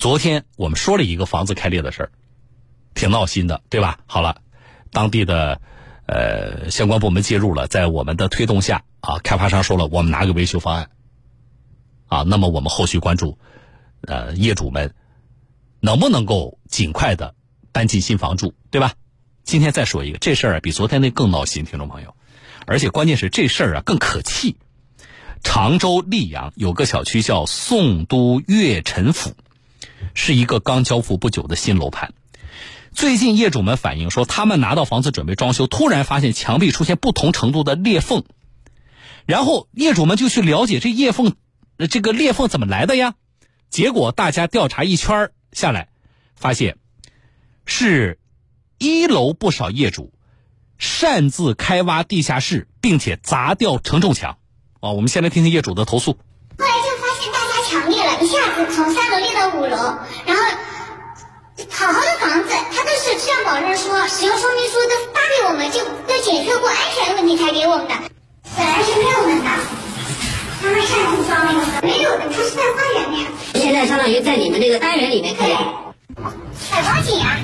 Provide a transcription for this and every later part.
昨天我们说了一个房子开裂的事儿，挺闹心的，对吧？好了，当地的相关部门介入了，在我们的推动下啊，开发商说了，我们拿个维修方案啊，那么我们后续关注业主们能不能够尽快的搬进新房住，对吧？今天再说一个，这事儿比昨天那更闹心，听众朋友，而且关键是这事儿更可气。常州溧阳有个小区叫宋都悦陈府，是一个刚交付不久的新楼盘。最近业主们反映说，他们拿到房子准备装修，突然发现墙壁出现不同程度的裂缝，然后业主们就去了解这裂缝怎么来的呀？结果大家调查一圈下来，发现是一楼不少业主擅自开挖地下室，并且砸掉承重墙。我们先来听听业主的投诉。 后来就发现大家墙裂了，一下子从3楼裂到5楼，然后好好的房子，他都是质量保证说使用说明书都发给我们，就都检测过安全问题才给我们的，本来是没有的。他们擅自装那个没有的，他是在花园的呀。 现在相当于在你们这个单元里面开的。 采光井啊，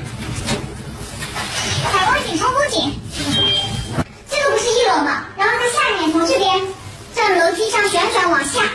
采光井、通风井，这个不是1楼吗？然后它下面从这边这楼梯上旋转往下，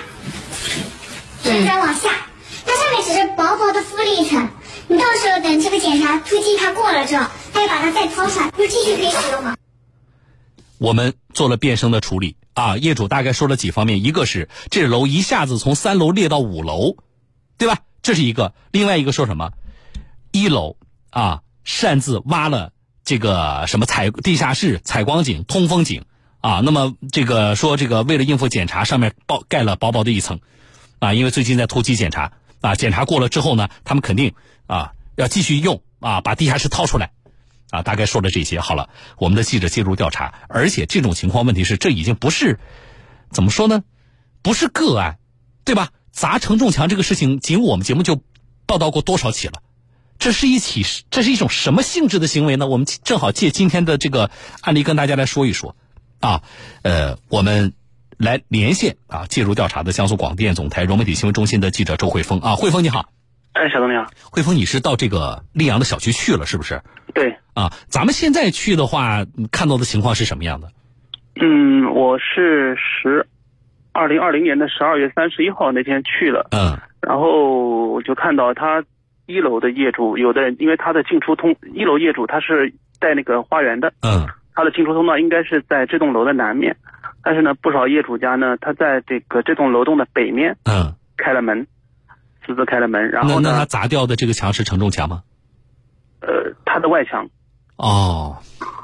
它上面只是薄薄的敷了一层，你到时候等这个检查突击它过了之后，它就把它再掏出来，就继续可以使用吗？ 我们做了变声的处理啊，业主大概说了几方面，一个是这楼一下子从3楼裂到5楼，对吧？这是一个。另外一个说什么？1楼啊，擅自挖了这个什么地下室、采光井、通风井啊。那么这个说这个为了应付检查，上面盖了薄薄的一层啊，因为最近在突击检查啊，检查过了之后呢，他们肯定啊要继续用啊，把地下室掏出来。啊，大概说了这些。好了，我们的记者介入调查，而且这种情况问题是，这已经不是怎么说呢，不是个案，对吧？砸承重墙这个事情，仅我们节目就报道过多少起了？这是一种什么性质的行为呢？我们正好借今天的这个案例跟大家来说一说啊。我们来连线啊，介入调查的江苏广电总台融媒体新闻中心的记者周慧峰啊，慧峰你好。 小东你好。 慧峰，你是到这个溧阳的小区去了是不是？ 对。 啊，咱们现在去的话，看到的情况是什么样的？ 我是2020年的12月31号那天去了。然后我就看到他1楼的业主，有的因为他的进出1楼业主他是带那个花园的。他的进出通道应该是在这栋楼的南面，但是呢，不少业主家呢，他在这栋楼栋的北面。开了门。私自开了门，然后呢？ 那他砸掉的这个墙是承重墙吗？ 他的外墙。 哦。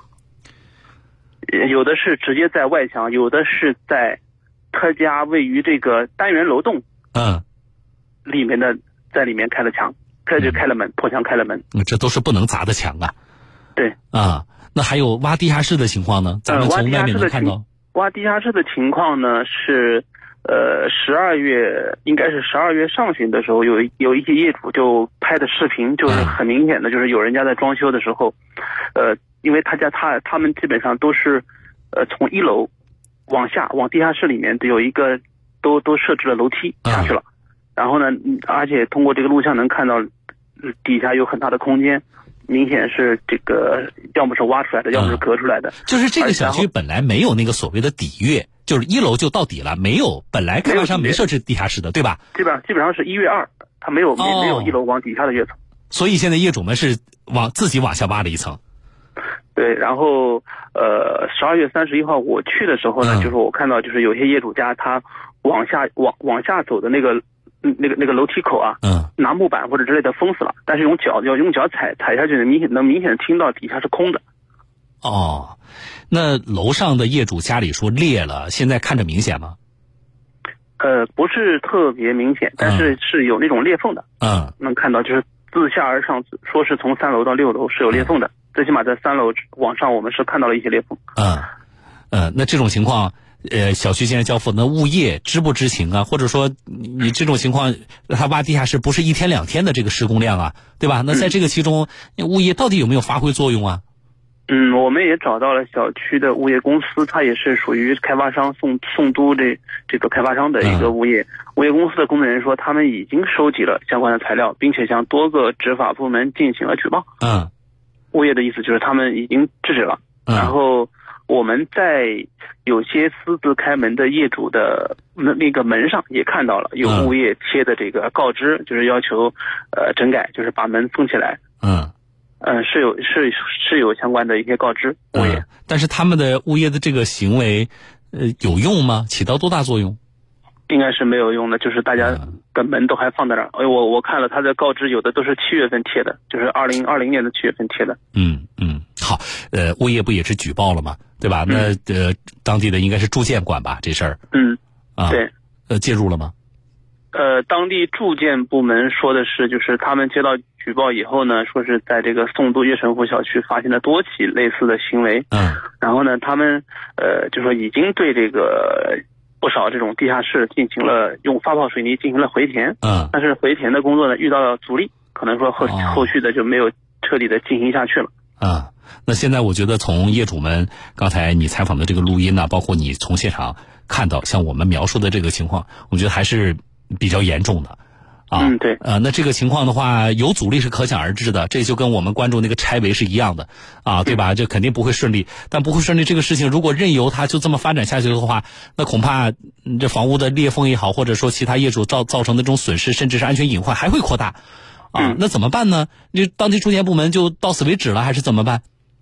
有的是直接在外墙，有的是在他家位于这个单元楼栋。里面的在里面开了墙，开了门，破墙开了门。 这都是不能砸的墙啊。 对。 啊，那还有挖地下室的情况呢？咱们从外面能看到。 挖地下室的情况呢是。应该是12月上旬的时候，有一些业主就拍的视频，就是很明显的，就是有人家在装修的时候，因为他们基本上都是，从1楼往地下室里面有一个都设置了楼梯下去了，然后呢，而且通过这个录像能看到底下有很大的空间。明显是这个，要么是挖出来的，要么是隔出来的。 就是这个小区本来没有那个所谓的底跃，就是1楼就到底了，本来开发商没设置地下室的，对吧？ 基本上是1跃2，它没有1楼往底下的跃层。 所以现在业主们是自己往下挖了一层。 对，然后12月31号我去的时候呢，就是我看到就是有些业主家他往下走的那个楼梯口啊，拿木板或者之类的封死了，但是用脚踩下去，能明显听到底下是空的。 哦，那楼上的业主家里说裂了，现在看着明显吗？ 不是特别明显，但是是有那种裂缝的。能看到就是自下而上，说是从3楼到6楼是有裂缝的，最起码在3楼往上我们是看到了一些裂缝。 那这种情况。小区现在交付，那物业知不知情啊？或者说你这种情况，他挖地下室不是1天2天的这个施工量啊，对吧？那在这个其中，物业到底有没有发挥作用啊？ 我们也找到了小区的物业公司，它也是属于开发商宋都这个开发商的一个物业公司的工作人员说，他们已经收集了相关的材料，并且向多个执法部门进行了举报。物业的意思就是他们已经制止了。然后我们在有些私自开门的业主的那个门上也看到了有物业贴的这个告知，就是要求整改，就是把门封起来。是有相关的一些告知物业。 但是他们的物业的这个行为有用吗？起到多大作用？ 应该是没有用的，就是大家的门都还放在那儿。我看了他的告知，有的都是7月份贴的，就是2020年的7月份贴的。 好，物业不也是举报了吗？对吧？那当地的应该是住建管吧这事儿。对。介入了吗？ 当地住建部门说的是，就是他们接到举报以后呢，说是在这个宋都悦城湖小区发现了多起类似的行为。然后呢，他们就说已经对这个不少这种地下室进行了用发泡水泥进行了回填。但是回填的工作呢遇到了阻力，可能说后续的就没有彻底的进行下去了。 那现在我觉得从业主们刚才你采访的这个录音呢，包括你从现场看到像我们描述的这个情况，我觉得还是比较严重的。 对。 那这个情况的话，有阻力是可想而知的，这就跟我们关注那个拆围是一样的对吧？这肯定不会顺利，但不会顺利这个事情，如果任由它就这么发展下去的话，那恐怕这房屋的裂缝也好，或者说其他业主造成的这种损失，甚至是安全隐患还会扩大那怎么办呢？这当地住建部门就到此为止了，还是怎么办？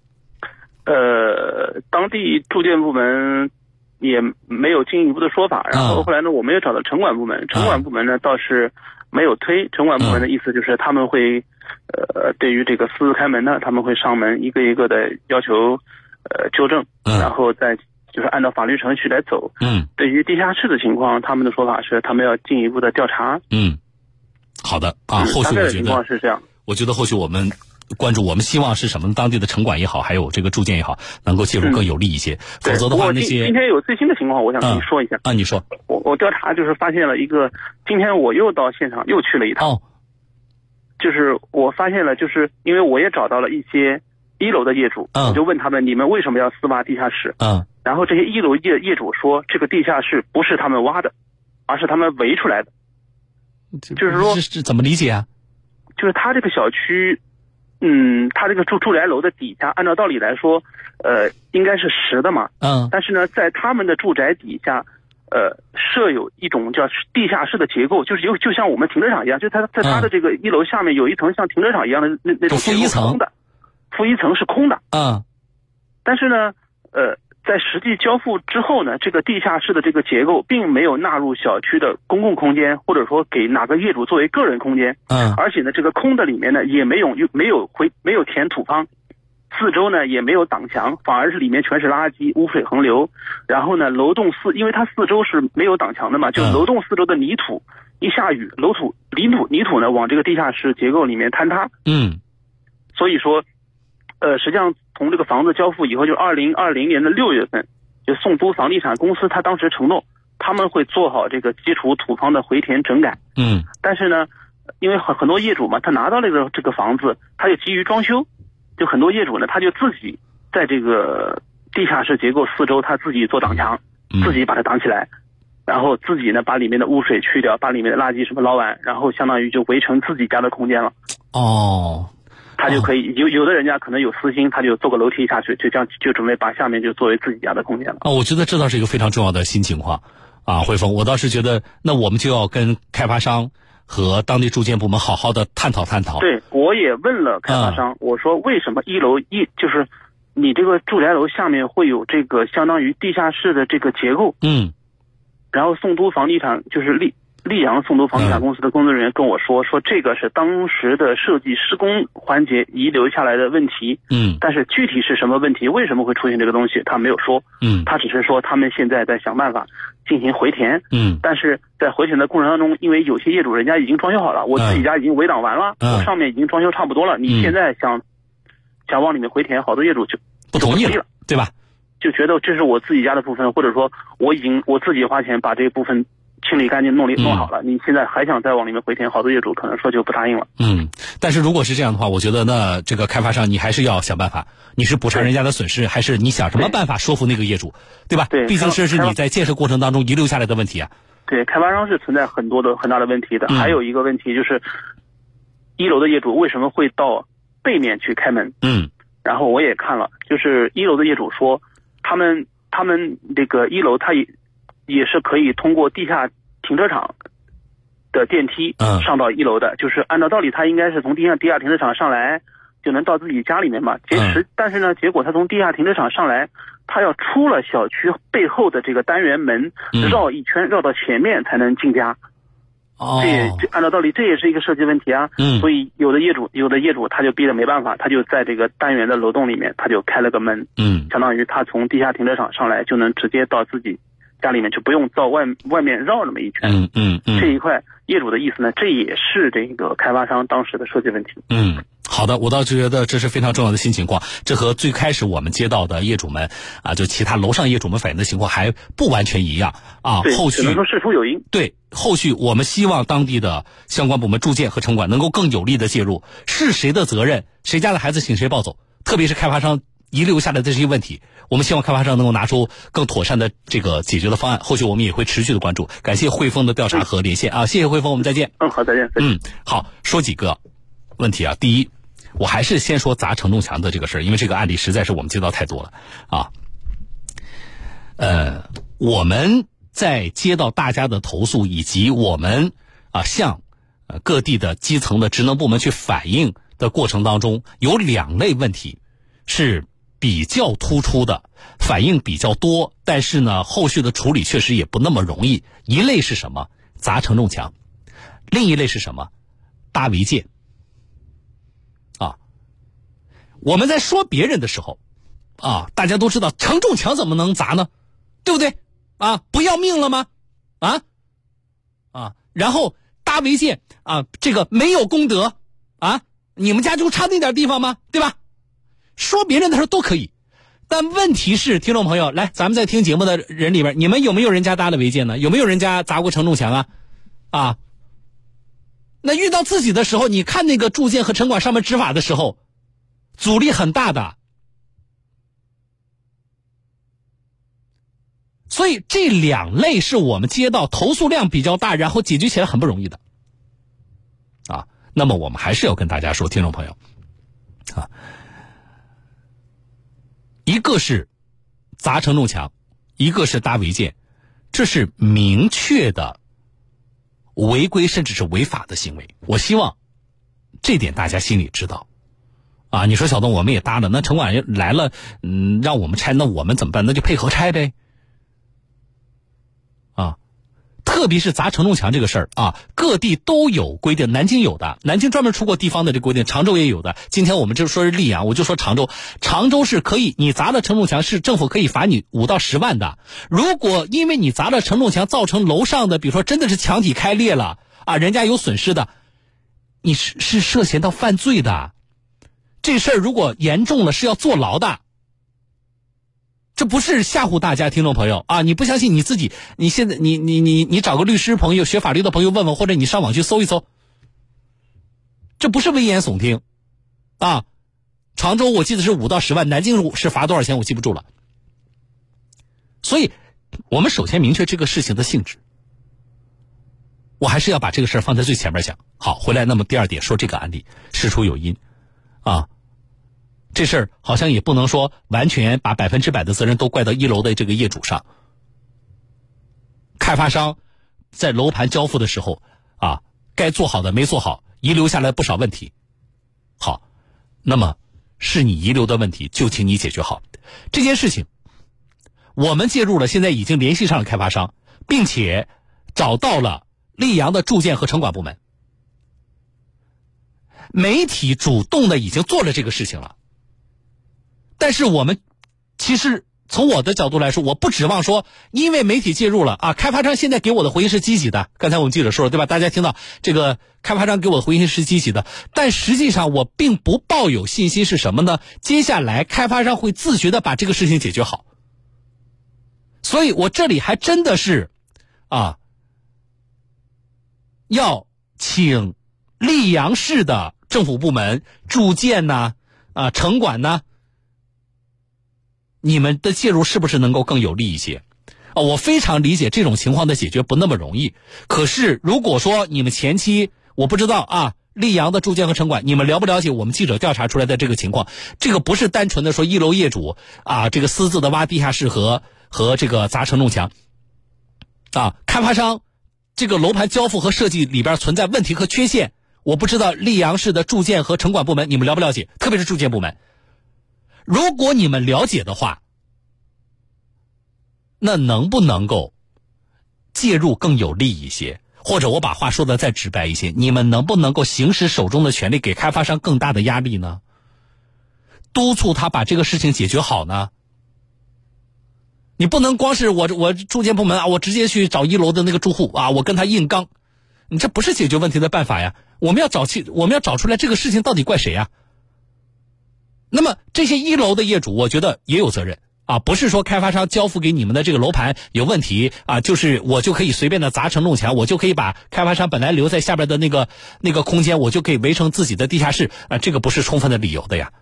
当地住建部门也没有进一步的说法，然后后来呢，我们也找到城管部门，城管部门呢倒是没有推。城管部门的意思就是他们会对于这个私自开门呢，他们会上门一个一个的要求纠正，然后再就是按照法律程序来走。对于地下室的情况，他们的说法是他们要进一步的调查。 好的后续我觉得情况是这样。 我觉得后续我们关注，我们希望是什么？当地的城管也好，还有这个住建也好，能够介入更有利一些。否则的话，那些今天有最新的情况，我想跟你说一下。 你说。 我调查就是发现了一个，今天我又到现场又去了一趟。就是我发现了，就是因为我也找到了一些1楼的业主，我就问他们，你们为什么要私挖地下室？然后这些1楼业主说，这个地下室不是他们挖的，而是他们围出来的。就是说是怎么理解啊？ 就是他这个小区，他这个住宅楼的底下，按照道理来说，应该是实的嘛。但是呢，在他们的住宅底下，设有一种叫地下室的结构，就是就像我们停车场一样，就他在他的这个1楼下面有一层像停车场一样的那种负一层的，负一层是空的。但是呢，在实际交付之后呢，这个地下室的这个结构并没有纳入小区的公共空间，或者说给哪个业主作为个人空间。而且呢，这个空的里面呢也没有填土方，四周呢也没有挡墙，反而是里面全是垃圾，污水横流。然后呢，因为它四周是没有挡墙的嘛，就楼栋四周的泥土一下雨，泥土呢往这个地下室结构里面坍塌。所以说实际上从这个房子交付以后，就2020年的6月份，就宋都房地产公司他当时承诺他们会做好这个基础土方的回填整改。但是呢，因为很多业主嘛，他拿到这个房子，他就急于装修，就很多业主呢，他就自己在这个地下室结构四周他自己做挡墙，自己把它挡起来，然后自己呢把里面的污水去掉，把里面的垃圾什么捞完，然后相当于就围成自己家的空间了。他就可以有的人家可能有私心，他就做个楼梯下去，就这样就准备把下面就作为自己家的空间了。 我觉得这倒是一个非常重要的新情况汇丰，我倒是觉得那我们就要跟开发商和当地住建部门好好的探讨。 对，我也问了开发商，我说为什么1楼就是你这个住宅楼下面会有这个相当于地下室的这个结构？然后宋都房地产就是溧阳宋都房地产公司的工作人员跟我说这个是当时的设计施工环节遗留下来的问题。但是具体是什么问题，为什么会出现这个东西，他没有说。他只是说他们现在在想办法进行回填。但是在回填的过程当中，因为有些业主人家已经装修好了，我自己家已经围挡完了，我上面已经装修差不多了，你现在想往里面回填，好多业主就不同意了，对吧？ 就觉得这是我自己家的部分，或者说我自己花钱把这部分清理干净弄好了，你现在还想再往里面回填，好多业主可能说就不答应了。 但是如果是这样的话，我觉得那这个开发商你还是要想办法，你是补偿人家的损失，还是你想什么办法说服那个业主，对吧？ 对， 毕竟这是你在建设过程当中遗留下来的问题啊。 对，开发商是存在很大的问题的。还有一个问题就是，1楼的业主为什么会到背面去开门？然后我也看了，就是1楼的业主说，他们这个1楼他也是可以通过地下停车场的电梯上到1楼的，就是按照道理他应该是从地下停车场上来就能到自己家里面嘛。但是呢，结果他从地下停车场上来，他要出了小区背后的这个单元门，绕一圈绕到前面才能进家。这按照道理这也是一个设计问题啊。所以有的业主他就逼得没办法，他就在这个单元的楼栋里面他就开了个门，相当于他从地下停车场上来就能直接到自己家里面，就不用到外面绕那么一圈。这一块业主的意思呢，这也是这个开发商当时的设计问题。 好的，我倒觉得这是非常重要的新情况，这和最开始我们接到的业主们啊，就其他楼上业主们反映的情况还不完全一样啊。后续只能说事出有因。 对，后续我们希望当地的相关部门住建和城管能够更有力的介入，是谁的责任，谁家的孩子请谁抱走，特别是开发商遗留下来的这些问题，我们希望开发商能够拿出更妥善的这个解决的方案。后续我们也会持续的关注。感谢汇丰的调查和连线啊，谢谢汇丰，我们再见。 好，再见。 好，说几个问题啊。第一，我还是先说砸承重墙的这个事儿，因为这个案例实在是我们接到太多了啊。我们在接到大家的投诉，以及我们向各地的基层的职能部门去反映的过程当中，有2类问题是比较突出的，反应比较多，但是呢，后续的处理确实也不那么容易。一类是什么？砸承重墙。另一类是什么？搭违建。我们在说别人的时候大家都知道承重墙怎么能砸呢？对不对不要命了吗？然后搭违建这个没有功德你们家就差那点地方吗？对吧？说别人的时候都可以，但问题是，听众朋友，来，咱们在听节目的人里边，你们有没有人家搭了违建呢？有没有人家砸过承重墙那遇到自己的时候，你看那个住建和城管上面执法的时候，阻力很大的。所以这2类是我们接到投诉量比较大，然后解决起来很不容易的那么我们还是要跟大家说，听众朋友一个是砸承重墙，一个是搭违建，这是明确的违规甚至是违法的行为。我希望这点大家心里知道你说小东我们也搭了，那城管来了让我们拆，那我们怎么办？那就配合拆呗特别是砸承重墙这个事儿各地都有规定，南京有的，南京专门出过地方的这规定，常州也有的。今天我们就说是溧阳，我就说常州，常州是可以，你砸了承重墙，是政府可以罚你5到10万的。如果因为你砸了承重墙造成楼上的，比如说真的是墙体开裂了人家有损失的，你是涉嫌到犯罪的，这事儿如果严重了是要坐牢的。这不是吓唬大家，听众朋友你不相信你自己，你现在你找个律师朋友、学法律的朋友问问，或者你上网去搜一搜，这不是危言耸听常州我记得是5到10万，南京是罚多少钱我记不住了。所以我们首先明确这个事情的性质，我还是要把这个事儿放在最前面讲。好，回来那么第2点说这个案例事出有因这事儿好像也不能说完全把100%的责任都怪到1楼的这个业主上。开发商在楼盘交付的时候该做好的没做好，遗留下来不少问题。好，那么是你遗留的问题，就请你解决好这件事情。我们介入了，现在已经联系上了开发商，并且找到了溧阳的住建和城管部门。媒体主动的已经做了这个事情了。但是我们其实从我的角度来说，我不指望说因为媒体介入了开发商现在给我的回应是积极的，刚才我们记者说了对吧？大家听到这个开发商给我的回应是积极的，但实际上我并不抱有信心是什么呢？接下来开发商会自觉的把这个事情解决好。所以我这里还真的是要请溧阳市的政府部门、住建呐、城管呐，你们的介入是不是能够更有利一些？我非常理解这种情况的解决不那么容易。可是如果说你们前期，我不知道溧阳的住建和城管，你们了不了解我们记者调查出来的这个情况？这个不是单纯的说一楼业主这个私自的挖地下室和这个砸承重墙开发商这个楼盘交付和设计里边存在问题和缺陷。我不知道溧阳市的住建和城管部门你们了不了解，特别是住建部门。如果你们了解的话，那能不能够介入更有利一些？或者我把话说的再直白一些，你们能不能够行使手中的权利，给开发商更大的压力呢？督促他把这个事情解决好呢？你不能光是我住建部门我直接去找一楼的那个住户我跟他硬刚，你这不是解决问题的办法呀。我们要找出来这个事情到底怪谁呀？那么这些一楼的业主，我觉得也有责任不是说开发商交付给你们的这个楼盘有问题就是我就可以随便的砸承重墙，我就可以把开发商本来留在下边的那个空间，我就可以围成自己的地下室这个不是充分的理由的呀。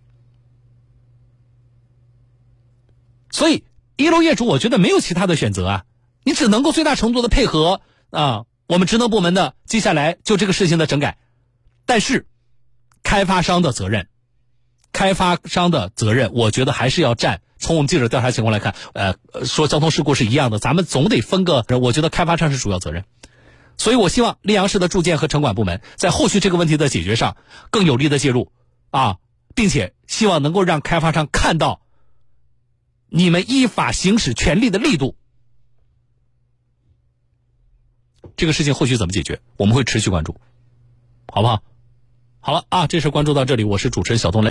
所以一楼业主我觉得没有其他的选择你只能够最大程度的配合我们职能部门的接下来就这个事情的整改。但是开发商的责任我觉得还是要占，从我们记者调查情况来看说交通事故是一样的，咱们总得分个，我觉得开发商是主要责任。所以我希望溧阳市的住建和城管部门在后续这个问题的解决上更有力的介入并且希望能够让开发商看到你们依法行使权利的力度。这个事情后续怎么解决，我们会持续关注，好不好？好了这事关注到这里，我是主持人小东来。